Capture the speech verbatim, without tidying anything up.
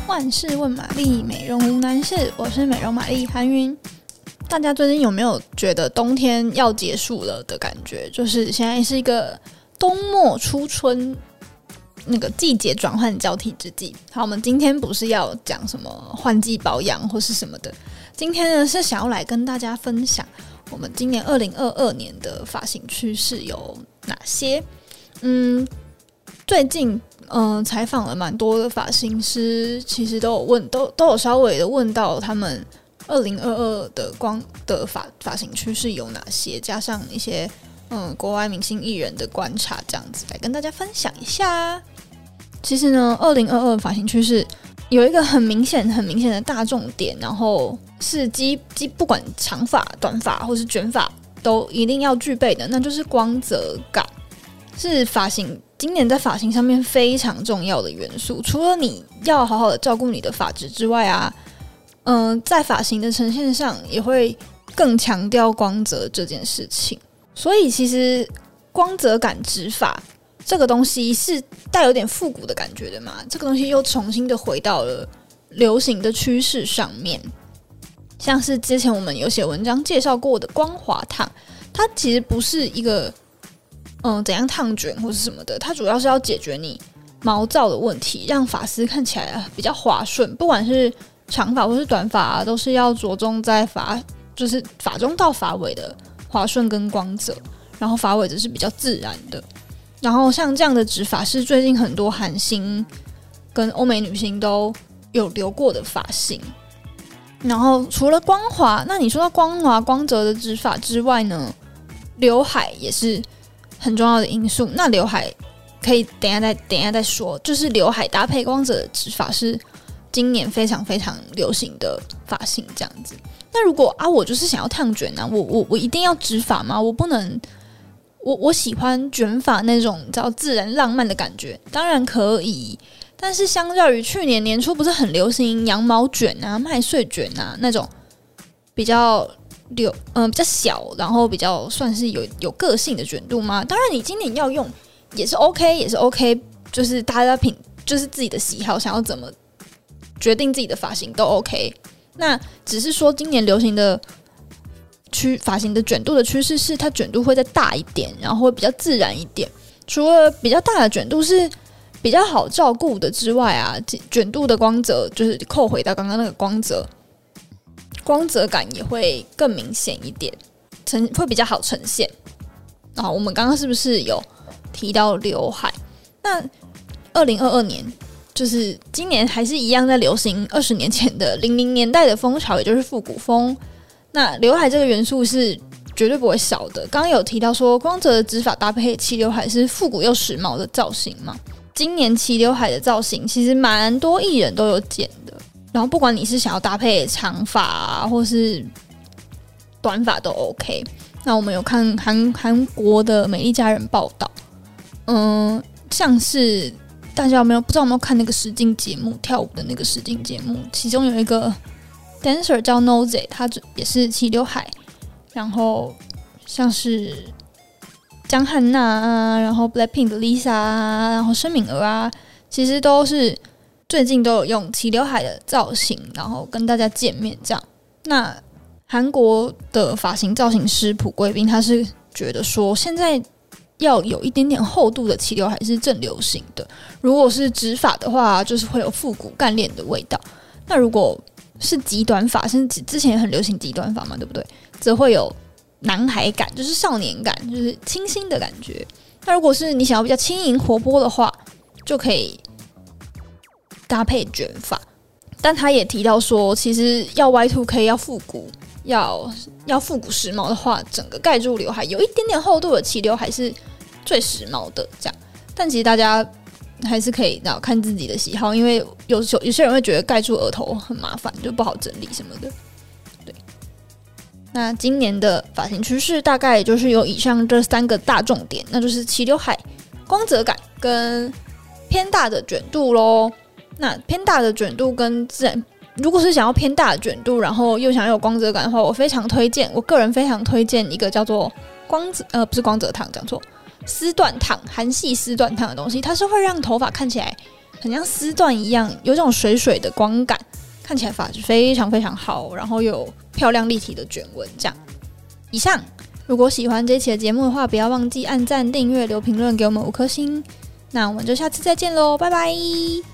万事问玛丽，美容无难事。我是美容玛丽韩云。大家最近有没有觉得冬天要结束了的感觉？就是现在是一个冬末初春那个季节转换交替之际。好，我们今天不是要讲什么换季保养或是什么的，今天呢是想要来跟大家分享我们今年二零二二年的发型趋势有哪些。嗯，最近嗯采访了蛮多的发型师，其实都有问，都都有稍微的问到他们二零二二的光的发发型趋势有哪些，加上一些嗯国外明星艺人的观察，这样子来跟大家分享一下。其实呢，二零二二发型趋势有一个很明显、很明显的大重点，然后是基基不管长发、短发或是卷发都一定要具备的，那就是光泽感，是发型今年在发型上面非常重要的元素。除了你要好好的照顾你的发质之外啊，嗯、呃，在发型的呈现上也会更强调光泽这件事情。所以其实光泽感直发这个东西是带有点复古的感觉的嘛，这个东西又重新的回到了流行的趋势上面。像是之前我们有写文章介绍过的光滑烫，它其实不是一个嗯怎样烫卷或是什么的，它主要是要解决你毛躁的问题，让发丝看起来比较滑顺。不管是长发或是短发、啊、都是要着重在发就是发中到发尾的滑顺跟光泽，然后发尾则是比较自然的。然后像这样的直发是最近很多韩星跟欧美女星都有留过的发型。然后除了光滑，那你说到光滑光泽的直发之外呢，刘海也是很重要的因素。那刘海可以等一下再等一下再说，就是刘海搭配光泽的直发是今年非常非常流行的发型这样子。那如果啊，我就是想要烫卷啊，我我我一定要直发吗？我不能，我我喜欢卷发那种叫自然浪漫的感觉，当然可以。但是相较于去年年初不是很流行羊毛卷啊、麦穗卷啊那种比较流嗯、呃、比较小，然后比较算是有有个性的卷度吗？当然你今年要用也是 OK， 也是 OK， 就是大家品就是自己的喜好，想要怎么决定自己的发型都 OK。那只是说今年流行的趋发型的卷度的趋势是它卷度会再大一点，然后会比较自然一点。除了比较大的卷度是比较好照顾的之外啊，卷度的光泽就是扣回到刚刚那个光泽，光泽感也会更明显一点，呈会比较好呈现。然后我们刚刚是不是有提到刘海？那二零二二年就是今年还是一样在流行二十年前的零零年代的风潮，也就是复古风。那刘海这个元素是绝对不会少的。刚刚有提到说光泽的直发搭配齐刘海是复古又时髦的造型嘛？今年齐刘海的造型其实蛮多艺人都有剪的，然后不管你是想要搭配长发、啊、或是短发都 OK。那我们有看韩韩国的美丽佳人报道，嗯，像是大家有没有不知道有没有看那个实境节目，跳舞的那个实境节目，其中有一个 dancer 叫 Noze， 他也是齐刘海，然后像是江汉娜啊，然后 Blackpink 的 Lisa 啊，然后申敏儿啊，其实都是最近都有用齐刘海的造型，然后跟大家见面这样。那韩国的发型造型师朴贵斌，他是觉得说现在要有一点点厚度的齐刘海是正流行的。如果是直发的话，就是会有复古干练的味道。那如果是极短发，甚至之前也很流行极短发嘛，对不对？则会有男孩感，就是少年感，就是清新的感觉。那如果是你想要比较轻盈活泼的话，就可以搭配卷发。但他也提到说，其实要 Y 二 K 要复古，要要复古时髦的话，整个盖住刘海，有一点点厚度的齐刘海是最时髦的。这样，但其实大家还是可以看自己的喜好，因为有有些人会觉得盖住额头很麻烦，就不好整理什么的。对。那今年的发型趋势大概也就是有以上这三个大重点，那就是齐刘海、光泽感跟偏大的卷度咯。那偏大的卷度跟自然，如果是想要偏大的卷度，然后又想要有光泽感的话，我非常推荐，我个人非常推荐一个叫做光泽呃不是光泽烫，讲错，丝缎烫，韩系丝缎烫的东西，它是会让头发看起来很像丝缎一样，有种水水的光感，看起来发质非常非常好，然后有漂亮立体的卷纹这样。以上，如果喜欢这一期的节目的话，不要忘记按赞、订阅、留评论给我们五颗星。那我们就下次再见喽，拜拜。